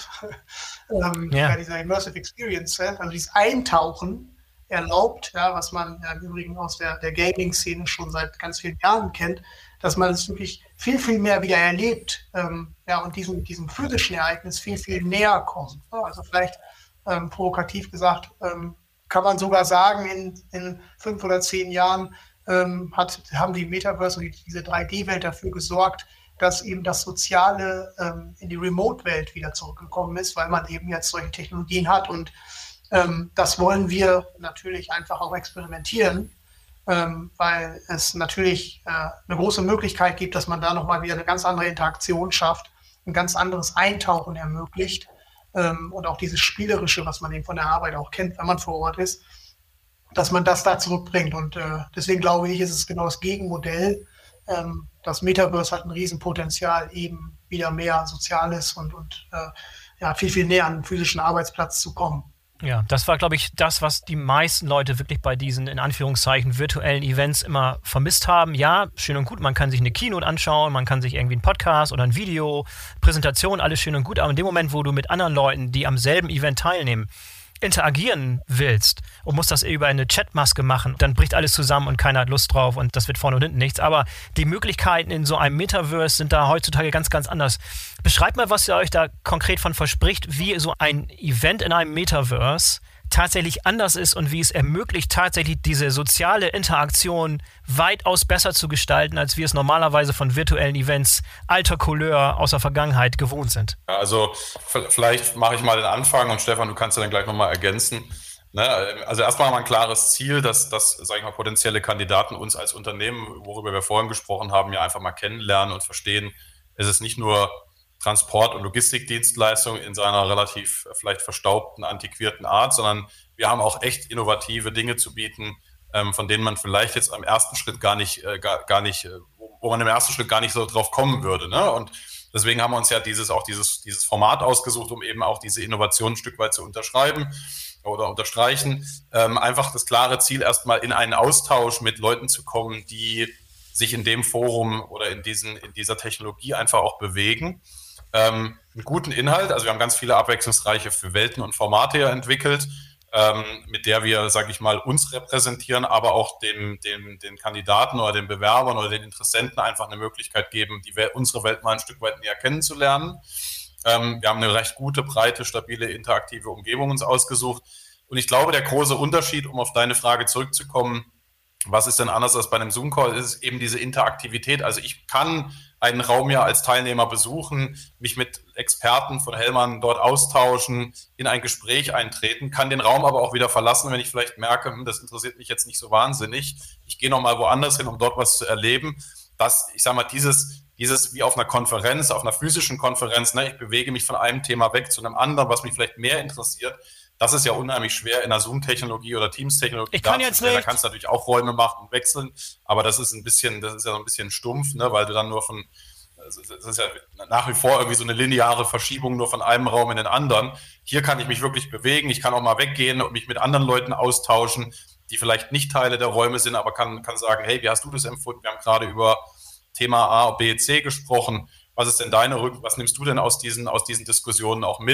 ähm, ja. ja, dieser Immersive Experience, also dieses Eintauchen erlaubt, ja, was man ja, im Übrigen aus der, der Gaming-Szene schon seit ganz vielen Jahren kennt, dass man es wirklich viel, viel mehr wieder erlebt, ähm, ja, und diesem, diesem physischen Ereignis viel, viel näher kommt. Ja, also vielleicht Ähm, provokativ gesagt, ähm, kann man sogar sagen, in, in fünf oder zehn Jahren ähm, hat, haben die Metaverse und die, diese drei D-Welt dafür gesorgt, dass eben das Soziale ähm, in die Remote-Welt wieder zurückgekommen ist, weil man eben jetzt solche Technologien hat. Und ähm, das wollen wir natürlich einfach auch experimentieren, ähm, weil es natürlich äh, eine große Möglichkeit gibt, dass man da nochmal wieder eine ganz andere Interaktion schafft, ein ganz anderes Eintauchen ermöglicht. Ähm, und auch dieses Spielerische, was man eben von der Arbeit auch kennt, wenn man vor Ort ist, dass man das da zurückbringt. Und äh, deswegen glaube ich, ist es genau das Gegenmodell. Ähm, das Metaverse hat ein Riesenpotenzial, eben wieder mehr Soziales und, und äh, ja, viel, viel näher an den physischen Arbeitsplatz zu kommen. Ja, das war, glaube ich, das, was die meisten Leute wirklich bei diesen, in Anführungszeichen, virtuellen Events immer vermisst haben. Ja, schön und gut, man kann sich eine Keynote anschauen, man kann sich irgendwie einen Podcast oder ein Video, Präsentation, alles schön und gut, aber in dem Moment, wo du mit anderen Leuten, die am selben Event teilnehmen, interagieren willst und musst das über eine Chatmaske machen, dann bricht alles zusammen und keiner hat Lust drauf und das wird vorne und hinten nichts. Aber die Möglichkeiten in so einem Metaverse sind da heutzutage ganz, ganz anders. Beschreibt mal, was ihr euch da konkret von verspricht, wie so ein Event in einem Metaverse tatsächlich anders ist und wie es ermöglicht, tatsächlich diese soziale Interaktion weitaus besser zu gestalten, als wir es normalerweise von virtuellen Events alter Couleur aus der Vergangenheit gewohnt sind. Ja, also vielleicht mache ich mal den Anfang und Stefan, du kannst ja dann gleich nochmal ergänzen. Ne? Also erstmal haben wir ein klares Ziel, dass, dass sage ich mal, potenzielle Kandidaten uns als Unternehmen, worüber wir vorhin gesprochen haben, ja einfach mal kennenlernen und verstehen, es ist nicht nur Transport- und Logistikdienstleistung in seiner relativ vielleicht verstaubten, antiquierten Art, sondern wir haben auch echt innovative Dinge zu bieten, ähm, von denen man vielleicht jetzt am ersten Schritt gar nicht, äh, gar, gar nicht, äh, wo man im ersten Schritt gar nicht so drauf kommen würde. Ne? Und deswegen haben wir uns ja dieses auch dieses dieses Format ausgesucht, um eben auch diese Innovation ein Stück weit zu unterschreiben oder unterstreichen. Ähm, einfach das klare Ziel, erstmal in einen Austausch mit Leuten zu kommen, die sich in dem Forum oder in diesen in dieser Technologie einfach auch bewegen. Ähm, einen guten Inhalt, also wir haben ganz viele abwechslungsreiche für Welten und Formate entwickelt, ähm, mit der wir, sage ich mal, uns repräsentieren, aber auch dem, dem, den Kandidaten oder den Bewerbern oder den Interessenten einfach eine Möglichkeit geben, die Welt, unsere Welt mal ein Stück weit näher kennenzulernen. Ähm, wir haben eine recht gute, breite, stabile, interaktive Umgebung uns ausgesucht. Und ich glaube, der große Unterschied, um auf deine Frage zurückzukommen, was ist denn anders als bei einem Zoom-Call, ist eben diese Interaktivität. Also ich kann einen Raum ja als Teilnehmer besuchen, mich mit Experten von Hellmann dort austauschen, in ein Gespräch eintreten, kann den Raum aber auch wieder verlassen, wenn ich vielleicht merke, das interessiert mich jetzt nicht so wahnsinnig. Ich gehe nochmal woanders hin, um dort was zu erleben. Das, ich sage mal, dieses, dieses wie auf einer Konferenz, auf einer physischen Konferenz, ne, ich bewege mich von einem Thema weg zu einem anderen, was mich vielleicht mehr interessiert. Das ist ja unheimlich schwer in der Zoom-Technologie oder Teams-Technologie. Ich kann jetzt nicht. Da kannst du natürlich auch Räume machen und wechseln, aber das ist ein bisschen, das ist ja so ein bisschen stumpf, ne, weil du dann nur von, das ist ja nach wie vor irgendwie so eine lineare Verschiebung nur von einem Raum in den anderen. Hier kann ich mich wirklich bewegen, ich kann auch mal weggehen und mich mit anderen Leuten austauschen, die vielleicht nicht Teile der Räume sind, aber kann, kann sagen, hey, wie hast du das empfunden? Wir haben gerade über Thema A, B, C gesprochen. Was ist denn deine Rück, was nimmst du denn aus diesen, aus diesen Diskussionen auch mit?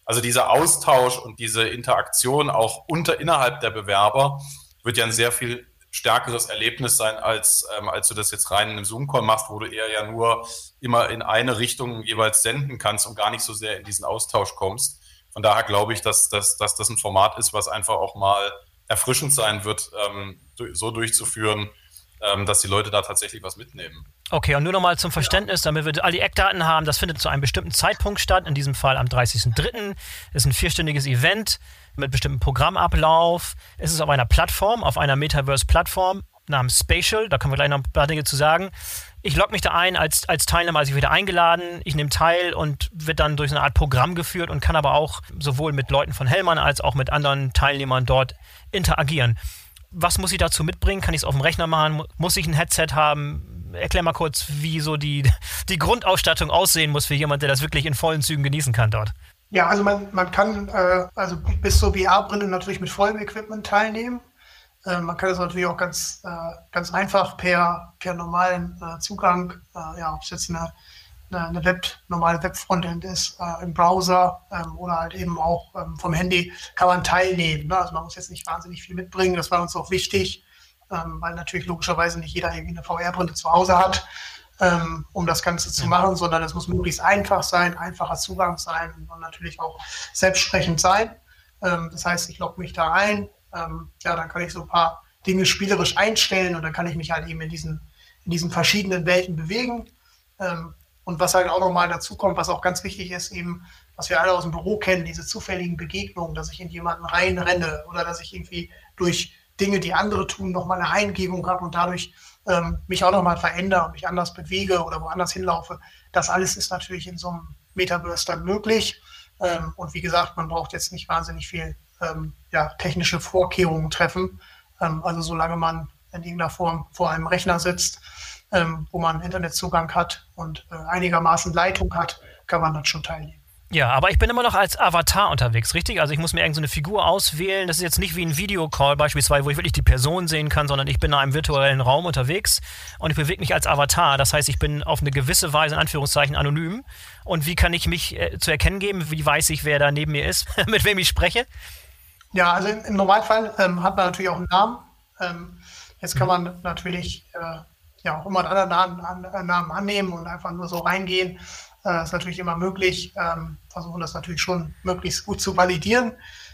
Also dieser Austausch und diese Interaktion auch unter innerhalb der Bewerber wird ja ein sehr viel stärkeres Erlebnis sein, als, ähm, als du das jetzt rein in einem Zoom-Call machst, wo du eher ja nur immer in eine Richtung jeweils senden kannst und gar nicht so sehr in diesen Austausch kommst. Von daher glaube ich, dass, dass, dass das ein Format ist, was einfach auch mal erfrischend sein wird, ähm, so durchzuführen, ähm, dass die Leute da tatsächlich was mitnehmen. Okay, und nur nochmal zum Verständnis, damit wir all die Eckdaten haben, das findet zu einem bestimmten Zeitpunkt statt, in diesem Fall am dreißigsten dritten ist ein vierstündiges Event mit bestimmtem Programmablauf. Es ist auf einer Plattform, auf einer Metaverse-Plattform namens Spatial, da können wir gleich noch ein paar Dinge zu sagen. Ich logge mich da ein als, als Teilnehmer, also ich werde eingeladen, ich nehme teil und werde dann durch so eine Art Programm geführt und kann aber auch sowohl mit Leuten von Hellmann als auch mit anderen Teilnehmern dort interagieren. Was muss ich dazu mitbringen? Kann ich es auf dem Rechner machen? Muss ich ein Headset haben? Erklär mal kurz, wie so die, die Grundausstattung aussehen muss für jemanden, der das wirklich in vollen Zügen genießen kann dort. Ja, also man, man kann äh, also bis zur V R-Brille natürlich mit vollem Equipment teilnehmen. Äh, man kann das natürlich auch ganz, äh, ganz einfach per, per normalen äh, Zugang, äh, ja, ob es jetzt eine, eine, eine Web, normale Web-Frontend ist, äh, im Browser ähm, oder halt eben auch ähm, vom Handy, kann man teilnehmen. Ne? Also man muss jetzt nicht wahnsinnig viel mitbringen, das war uns auch wichtig, ähm, weil natürlich logischerweise nicht jeder irgendwie eine V R-Brille zu Hause hat, ähm, um das Ganze zu machen, sondern es muss möglichst einfach sein, einfacher Zugang sein und natürlich auch selbstsprechend sein. Ähm, das heißt, ich logge mich da ein, ähm, ja, dann kann ich so ein paar Dinge spielerisch einstellen und dann kann ich mich halt eben in diesen, in diesen verschiedenen Welten bewegen. Ähm, und was halt auch nochmal dazu kommt, was auch ganz wichtig ist, eben, was wir alle aus dem Büro kennen, diese zufälligen Begegnungen, dass ich in jemanden reinrenne oder dass ich irgendwie durch Dinge, die andere tun, nochmal eine Eingebung habe und dadurch ähm, mich auch nochmal verändere und mich anders bewege oder woanders hinlaufe. Das alles ist natürlich in so einem Metaverse dann möglich. Ähm, und wie gesagt, man braucht jetzt nicht wahnsinnig viel ähm, ja, technische Vorkehrungen treffen. Ähm, also solange man in irgendeiner Form vor einem Rechner sitzt, ähm, wo man Internetzugang hat und äh, einigermaßen Leitung hat, kann man dann schon teilnehmen. Ja, aber ich bin immer noch als Avatar unterwegs, richtig? Also ich muss mir irgendeine Figur auswählen. Das ist jetzt nicht wie ein Videocall beispielsweise, wo ich wirklich die Person sehen kann, sondern ich bin in einem virtuellen Raum unterwegs und ich bewege mich als Avatar. Das heißt, ich bin auf eine gewisse Weise, in Anführungszeichen, anonym. Und wie kann ich mich äh, zu erkennen geben? Wie weiß ich, wer da neben mir ist, mit wem ich spreche? Ja, also im Normalfall ähm, hat man natürlich auch einen Namen. Ähm, jetzt kann man natürlich äh, ja auch immer einen anderen Namen, an, Namen annehmen und einfach nur so reingehen. Das ist natürlich immer möglich, ähm, versuchen das natürlich schon möglichst gut zu validieren.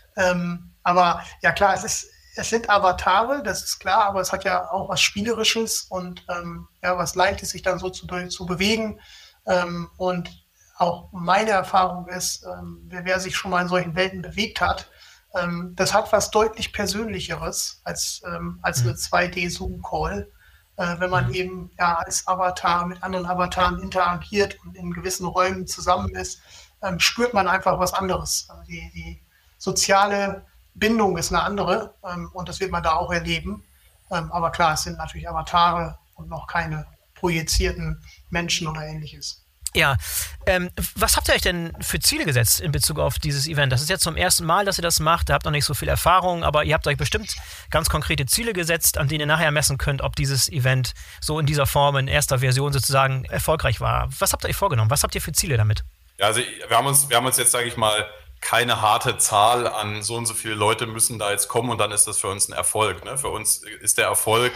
Ähm, aber ja klar, es, ist, es sind Avatare, das ist klar, aber es hat ja auch was Spielerisches und ähm, ja, was Leichtes, sich dann so zu, zu bewegen. Ähm, und auch meine Erfahrung ist, ähm, wer, wer sich schon mal in solchen Welten bewegt hat, ähm, das hat was deutlich Persönlicheres als, ähm, als eine zwei D-Zoom-Call. Wenn man eben ja als Avatar mit anderen Avataren interagiert und in gewissen Räumen zusammen ist, ähm, spürt man einfach was anderes. Also die, die soziale Bindung ist eine andere ähm, und das wird man da auch erleben. Ähm, aber klar, es sind natürlich Avatare und noch keine projizierten Menschen oder Ähnliches. Ja, ähm, was habt ihr euch denn für Ziele gesetzt in Bezug auf dieses Event? Das ist jetzt zum ersten Mal, dass ihr das macht. Ihr habt noch nicht so viel Erfahrung, aber ihr habt euch bestimmt ganz konkrete Ziele gesetzt, an denen ihr nachher messen könnt, ob dieses Event so in dieser Form, in erster Version sozusagen erfolgreich war. Was habt ihr euch vorgenommen? Was habt ihr für Ziele damit? Ja, also wir haben uns, wir haben uns jetzt, sage ich mal, keine harte Zahl an so und so viele Leute müssen da jetzt kommen und dann ist das für uns ein Erfolg. Ne? Für uns ist der Erfolg,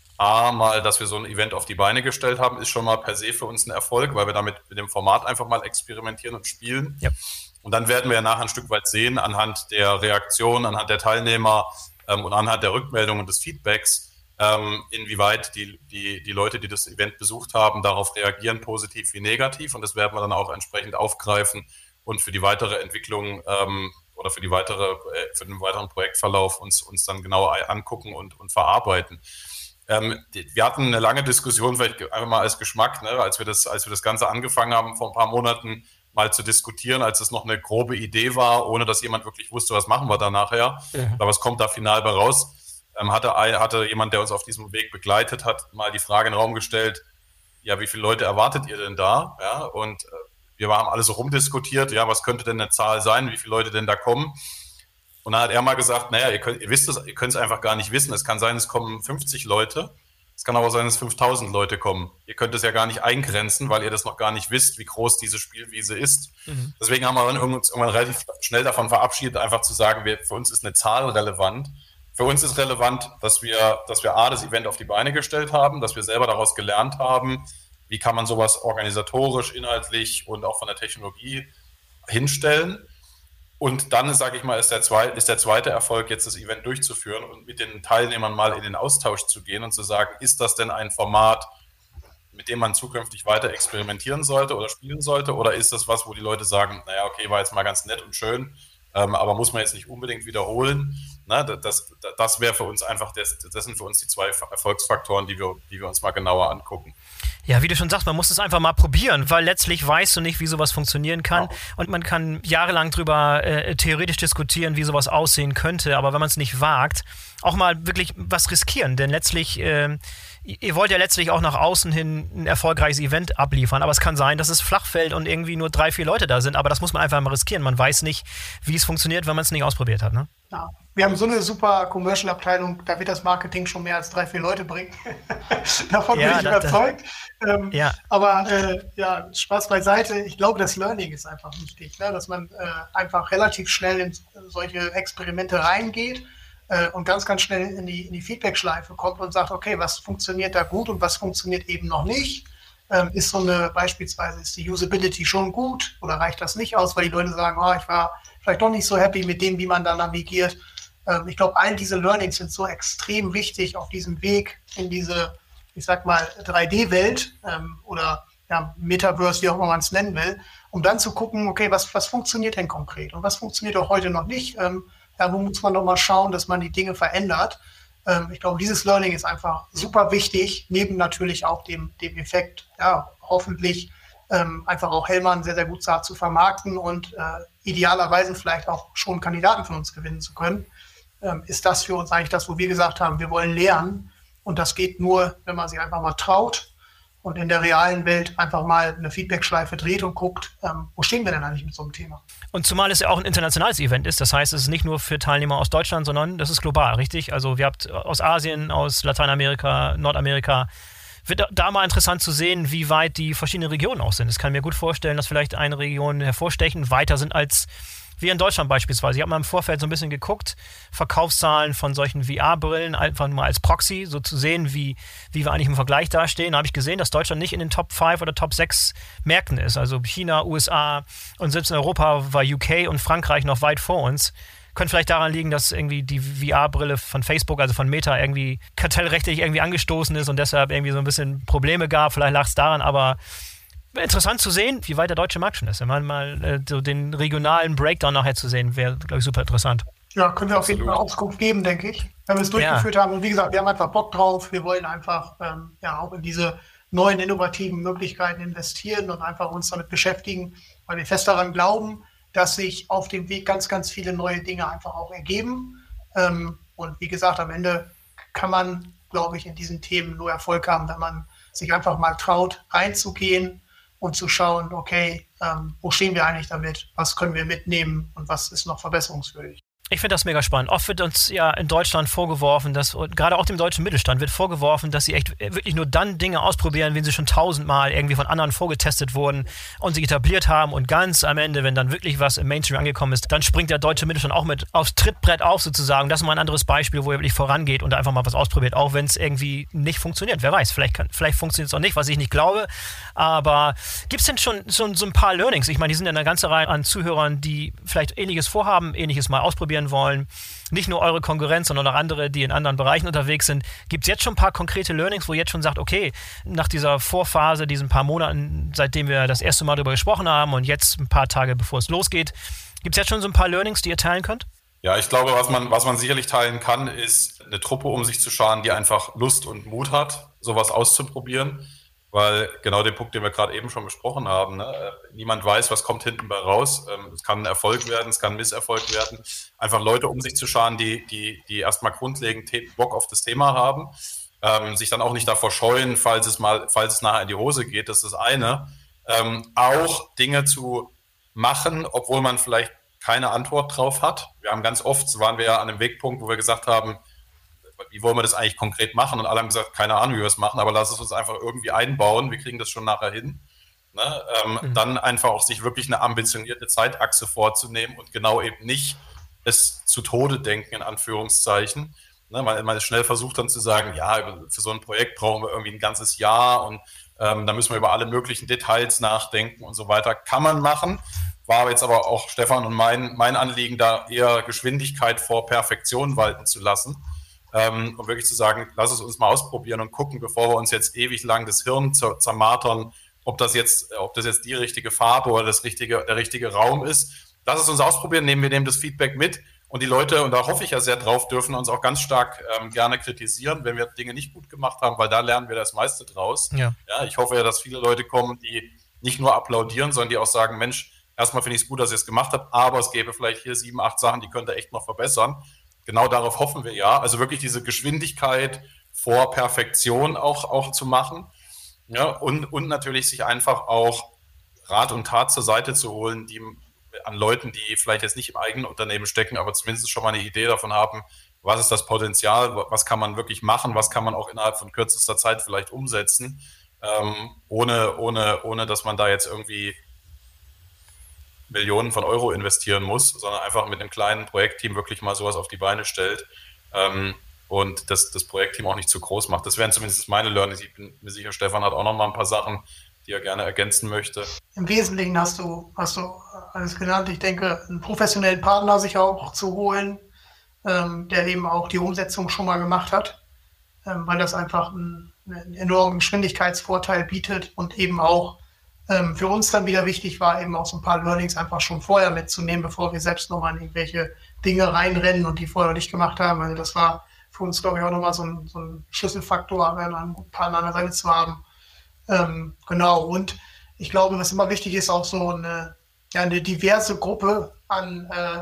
A, mal, dass wir so ein Event auf die Beine gestellt haben, ist schon mal per se für uns ein Erfolg, weil wir damit mit dem Format einfach mal experimentieren und spielen. Ja. Und dann werden wir ja nachher ein Stück weit sehen, anhand der Reaktion, anhand der Teilnehmer ähm, und anhand der Rückmeldungen und des Feedbacks, ähm, inwieweit die, die, die Leute, die das Event besucht haben, darauf reagieren, positiv wie negativ. Und das werden wir dann auch entsprechend aufgreifen und für die weitere Entwicklung ähm, oder für, die weitere, für den weiteren Projektverlauf uns, uns dann genauer angucken und, und verarbeiten. Ähm, die, wir hatten eine lange Diskussion, vielleicht einfach mal als Geschmack, ne, als wir das, als wir das Ganze angefangen haben, vor ein paar Monaten mal zu diskutieren, als es noch eine grobe Idee war, ohne dass jemand wirklich wusste, was machen wir da nachher, ja. Oder was kommt da final bei raus, ähm, hatte, hatte jemand, der uns auf diesem Weg begleitet hat, mal die Frage in den Raum gestellt, ja, wie viele Leute erwartet ihr denn da? Ja, und äh, wir haben alle so rumdiskutiert, ja, was könnte denn eine Zahl sein, wie viele Leute denn da kommen? Und dann hat er mal gesagt, naja, ihr könnt, ihr wisst es, ihr könnt es einfach gar nicht wissen. Es kann sein, es kommen fünfzig Leute. Es kann aber sein, dass fünftausend Leute kommen. Ihr könnt es ja gar nicht eingrenzen, weil ihr das noch gar nicht wisst, wie groß diese Spielwiese ist. Mhm. Deswegen haben wir uns irgendwann relativ schnell davon verabschiedet, einfach zu sagen, wir, für uns ist eine Zahl relevant. Für uns ist relevant, dass wir, dass wir A, das Event auf die Beine gestellt haben, dass wir selber daraus gelernt haben, wie kann man sowas organisatorisch, inhaltlich und auch von der Technologie hinstellen. Und dann, sage ich mal, ist der, zweite, ist der zweite Erfolg, jetzt das Event durchzuführen und mit den Teilnehmern mal in den Austausch zu gehen und zu sagen, ist das denn ein Format, mit dem man zukünftig weiter experimentieren sollte oder spielen sollte? Oder ist das was, wo die Leute sagen, naja, okay, war jetzt mal ganz nett und schön, ähm, aber muss man jetzt nicht unbedingt wiederholen? Na, das das, das wäre für uns einfach, das, das sind für uns die zwei Erfolgsfaktoren, die wir, die wir uns mal genauer angucken. Ja, wie du schon sagst, man muss es einfach mal probieren, weil letztlich weißt du nicht, wie sowas funktionieren kann. Ja. Und man kann jahrelang drüber äh, theoretisch diskutieren, wie sowas aussehen könnte. Aber wenn man es nicht wagt, auch mal wirklich was riskieren. Denn letztlich, äh, ihr wollt ja letztlich auch nach außen hin ein erfolgreiches Event abliefern. Aber es kann sein, dass es flach fällt und irgendwie nur drei, vier Leute da sind. Aber das muss man einfach mal riskieren. Man weiß nicht, wie es funktioniert, wenn man es nicht ausprobiert hat. Ne? Ja. Wir haben so eine super Commercial-Abteilung, da wird das Marketing schon mehr als drei, vier Leute bringen. Davon ja, bin ich das, überzeugt. Das, ähm, ja. Aber äh, ja, Spaß beiseite. Ich glaube, das Learning ist einfach wichtig, ne? Dass man äh, einfach relativ schnell in solche Experimente reingeht äh, und ganz, ganz schnell in die, in die Feedback-Schleife kommt und sagt, okay, was funktioniert da gut und was funktioniert eben noch nicht? Ähm, ist so eine, beispielsweise, ist die Usability schon gut oder reicht das nicht aus, weil die Leute sagen, oh, ich war vielleicht doch nicht so happy mit dem, wie man da navigiert. Ich glaube, all diese Learnings sind so extrem wichtig auf diesem Weg in diese, ich sag mal, drei D-Welt ähm, oder ja, Metaverse, wie auch immer man es nennen will, um dann zu gucken, okay, was, was funktioniert denn konkret und was funktioniert auch heute noch nicht? Ähm, ja, wo muss man noch mal schauen, dass man die Dinge verändert? Ähm, ich glaube, dieses Learning ist einfach super wichtig, neben natürlich auch dem, dem Effekt, ja, hoffentlich ähm, einfach auch Hellmann sehr, sehr gut zu vermarkten und äh, idealerweise vielleicht auch schon Kandidaten von uns gewinnen zu können. Ist das für uns eigentlich das, wo wir gesagt haben, wir wollen lernen. Und das geht nur, wenn man sich einfach mal traut und in der realen Welt einfach mal eine Feedback-Schleife dreht und guckt, ähm, wo stehen wir denn eigentlich mit so einem Thema? Und zumal es ja auch ein internationales Event ist, das heißt, es ist nicht nur für Teilnehmer aus Deutschland, sondern das ist global, richtig? Also wir habt aus Asien, aus Lateinamerika, Nordamerika. Wird da mal interessant zu sehen, wie weit die verschiedenen Regionen auch sind. Ich kann mir gut vorstellen, dass vielleicht eine Region hervorstechen, weiter sind als wir in Deutschland beispielsweise. Ich habe mal im Vorfeld so ein bisschen geguckt, Verkaufszahlen von solchen V R-Brillen, einfach mal als Proxy, so zu sehen, wie, wie wir eigentlich im Vergleich dastehen. Da habe ich gesehen, dass Deutschland nicht in den Top fünf oder Top sechs Märkten ist. Also China, U S A und selbst in Europa war U K und Frankreich noch weit vor uns. Könnte vielleicht daran liegen, dass irgendwie die V R-Brille von Facebook, also von Meta, irgendwie kartellrechtlich irgendwie angestoßen ist und deshalb irgendwie so ein bisschen Probleme gab. Vielleicht lag es daran, aber interessant zu sehen, wie weit der deutsche Markt schon ist. Wenn man mal äh, so den regionalen Breakdown nachher zu sehen, wäre, glaube ich, super interessant. Ja, können wir auf jeden Fall Auskunft geben, denke ich, wenn wir es durchgeführt ja. haben. Und wie gesagt, wir haben einfach Bock drauf. Wir wollen einfach ähm, ja auch in diese neuen, innovativen Möglichkeiten investieren und einfach uns damit beschäftigen, weil wir fest daran glauben, dass sich auf dem Weg ganz, ganz viele neue Dinge einfach auch ergeben. Ähm, und wie gesagt, am Ende kann man, glaube ich, in diesen Themen nur Erfolg haben, wenn man sich einfach mal traut, reinzugehen und zu schauen, okay, ähm, wo stehen wir eigentlich damit, was können wir mitnehmen und was ist noch verbesserungswürdig. Ich finde das mega spannend. Oft wird uns ja in Deutschland vorgeworfen, dass, gerade auch dem deutschen Mittelstand wird vorgeworfen, dass sie echt wirklich nur dann Dinge ausprobieren, wenn sie schon tausendmal irgendwie von anderen vorgetestet wurden und sich etabliert haben und ganz am Ende, wenn dann wirklich was im Mainstream angekommen ist, dann springt der deutsche Mittelstand auch mit aufs Trittbrett auf sozusagen. Das ist mal ein anderes Beispiel, wo er wirklich vorangeht und einfach mal was ausprobiert, auch wenn es irgendwie nicht funktioniert. Wer weiß, vielleicht, kann, vielleicht funktioniert es auch nicht, was ich nicht glaube, aber gibt es denn schon, schon so ein paar Learnings? Ich meine, die sind ja eine ganze Reihe an Zuhörern, die vielleicht Ähnliches vorhaben, Ähnliches mal ausprobieren wollen. Nicht nur eure Konkurrenz, sondern auch andere, die in anderen Bereichen unterwegs sind. Gibt es jetzt schon ein paar konkrete Learnings, wo ihr jetzt schon sagt, okay, nach dieser Vorphase, diesen paar Monaten, seitdem wir das erste Mal darüber gesprochen haben und jetzt ein paar Tage, bevor es losgeht, gibt es jetzt schon so ein paar Learnings, die ihr teilen könnt? Ja, ich glaube, was man, was man sicherlich teilen kann, ist eine Truppe um sich zu scharen, die einfach Lust und Mut hat, sowas auszuprobieren. Weil genau den Punkt, den wir gerade eben schon besprochen haben, ne? Niemand weiß, was kommt hinten bei raus. Es kann ein Erfolg werden, es kann ein Misserfolg werden. Einfach Leute um sich zu scharen, die, die, die erstmal grundlegend Bock auf das Thema haben, ähm, sich dann auch nicht davor scheuen, falls es mal, falls es nachher in die Hose geht, das ist das eine. Ähm, auch Dinge zu machen, obwohl man vielleicht keine Antwort drauf hat. Wir haben ganz oft, waren wir ja an einem Wegpunkt, wo wir gesagt haben, wie wollen wir das eigentlich konkret machen? Und alle haben gesagt, keine Ahnung, wie wir es machen, aber lass es uns einfach irgendwie einbauen, wir kriegen das schon nachher hin. Ne? Ähm, mhm. Dann einfach auch sich wirklich eine ambitionierte Zeitachse vorzunehmen und genau eben nicht es zu Tode denken, in Anführungszeichen. Ne? Man, man ist schnell versucht dann zu sagen, ja, für so ein Projekt brauchen wir irgendwie ein ganzes Jahr und ähm, da müssen wir über alle möglichen Details nachdenken und so weiter. Kann man machen. War jetzt aber auch Stefan und mein, mein Anliegen, da eher Geschwindigkeit vor Perfektion walten zu lassen. Ähm, und wirklich zu sagen, lass es uns mal ausprobieren und gucken, bevor wir uns jetzt ewig lang das Hirn zermartern, ob das jetzt, ob das jetzt die richtige Farbe oder das richtige, der richtige Raum ist. Lass es uns ausprobieren, nehmen wir nehmen das Feedback mit und die Leute, und da hoffe ich ja sehr drauf, dürfen uns auch ganz stark ähm, gerne kritisieren, wenn wir Dinge nicht gut gemacht haben, weil da lernen wir das meiste draus. Ja. Ja, ich hoffe ja, dass viele Leute kommen, die nicht nur applaudieren, sondern die auch sagen, Mensch, erstmal finde ich es gut, dass ihr es gemacht habt, aber es gäbe vielleicht hier sieben, acht Sachen, die könnt ihr echt noch verbessern. Genau darauf hoffen wir ja. Also wirklich diese Geschwindigkeit vor Perfektion auch, auch zu machen. Ja, und, und natürlich sich einfach auch Rat und Tat zur Seite zu holen, die an Leuten, die vielleicht jetzt nicht im eigenen Unternehmen stecken, aber zumindest schon mal eine Idee davon haben, was ist das Potenzial, was kann man wirklich machen, was kann man auch innerhalb von kürzester Zeit vielleicht umsetzen, ähm, ohne, ohne, ohne dass man da jetzt irgendwie Millionen von Euro investieren muss, sondern einfach mit einem kleinen Projektteam wirklich mal sowas auf die Beine stellt ähm, und das, das Projektteam auch nicht zu groß macht. Das wären zumindest meine Learnings. Ich bin mir sicher, Stefan hat auch noch mal ein paar Sachen, die er gerne ergänzen möchte. Im Wesentlichen hast du, hast du alles genannt. Ich denke, einen professionellen Partner sich auch zu holen, ähm, der eben auch die Umsetzung schon mal gemacht hat, ähm, weil das einfach einen, einen enormen Geschwindigkeitsvorteil bietet und eben auch ähm, für uns dann wieder wichtig war, eben auch so ein paar Learnings einfach schon vorher mitzunehmen, bevor wir selbst nochmal in irgendwelche Dinge reinrennen und die vorher nicht gemacht haben. Also das war für uns, glaube ich, auch nochmal so ein, so ein Schlüsselfaktor, einen guten Partner an der Seite zu haben. Ähm, genau, und ich glaube, was immer wichtig ist, auch so eine, ja, eine diverse Gruppe an, äh,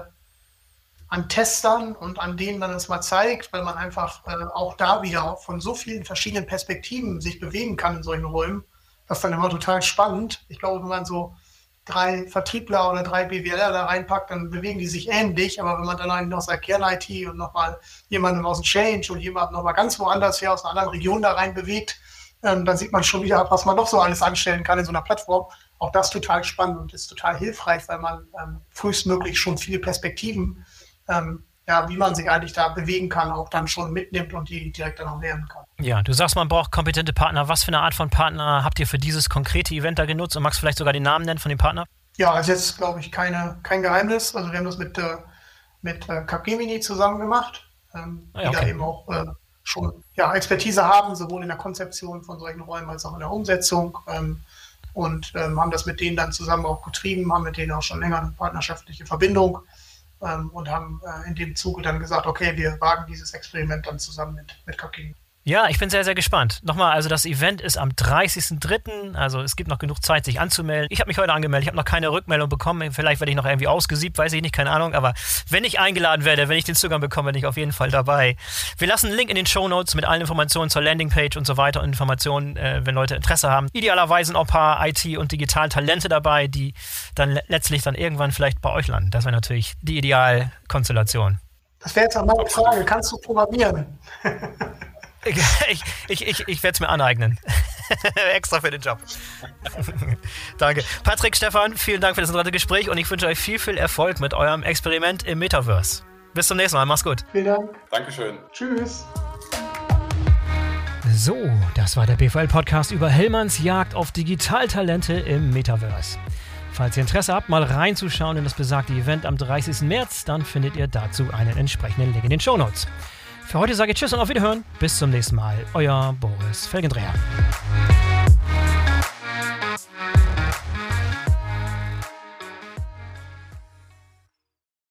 an Testern und an denen man es mal zeigt, weil man einfach äh, auch da wieder von so vielen verschiedenen Perspektiven sich bewegen kann in solchen Räumen. Das ist dann immer total spannend. Ich glaube, wenn man so drei Vertriebler oder drei B W Ler da reinpackt, dann bewegen die sich ähnlich. Aber wenn man dann eigentlich noch aus der Kern-I T und nochmal jemanden aus dem Change und jemanden nochmal ganz woanders her aus einer anderen Region da rein bewegt, ähm, dann sieht man schon wieder, was man noch so alles anstellen kann in so einer Plattform. Auch das total spannend und ist total hilfreich, weil man ähm, frühestmöglich schon viele Perspektiven, ähm, ja, wie man sich eigentlich da bewegen kann, auch dann schon mitnimmt und die direkt dann auch lernen kann. Ja, du sagst, man braucht kompetente Partner. Was für eine Art von Partner habt ihr für dieses konkrete Event da genutzt und magst du vielleicht sogar den Namen nennen von dem Partner? Ja, also jetzt glaube ich keine, kein Geheimnis. Also wir haben das mit, äh, mit äh, Capgemini zusammen gemacht, ähm, ah, ja, die okay. da eben auch äh, schon ja, Expertise haben, sowohl in der Konzeption von solchen Räumen als auch in der Umsetzung. Ähm, und ähm, haben das mit denen dann zusammen auch betrieben, haben mit denen auch schon länger eine partnerschaftliche Verbindung. Ähm, und haben äh, in dem Zuge dann gesagt, okay, wir wagen dieses Experiment dann zusammen mit, mit Capgemini. Ja, ich bin sehr, sehr gespannt. Nochmal, also das Event ist am dreißigsten dritten Also es gibt noch genug Zeit, sich anzumelden. Ich habe mich heute angemeldet. Ich habe noch keine Rückmeldung bekommen. Vielleicht werde ich noch irgendwie ausgesiebt, weiß ich nicht, keine Ahnung. Aber wenn ich eingeladen werde, wenn ich den Zugang bekomme, bin ich auf jeden Fall dabei. Wir lassen einen Link in den Shownotes mit allen Informationen zur Landingpage und so weiter und Informationen, äh, wenn Leute Interesse haben. Idealerweise sind auch ein paar I T- und Digital-Talente dabei, die dann le- letztlich dann irgendwann vielleicht bei euch landen. Das wäre natürlich die Idealkonstellation. Das wäre jetzt auch meine Frage. Kannst du programmieren? Ich, ich, ich, ich werde es mir aneignen. Extra für den Job. Danke. Patrick, Stefan, vielen Dank für das interessante Gespräch und ich wünsche euch viel, viel Erfolg mit eurem Experiment im Metaverse. Bis zum nächsten Mal. Mach's gut. Vielen Dank. Dankeschön. Tschüss. So, das war der B V L-Podcast über Hellmanns Jagd auf Digitaltalente im Metaverse. Falls ihr Interesse habt, mal reinzuschauen in das besagte Event am dreißigsten März, dann findet ihr dazu einen entsprechenden Link in den Shownotes. Für heute sage ich Tschüss und auf Wiederhören. Bis zum nächsten Mal. Euer Boris Felgendreher.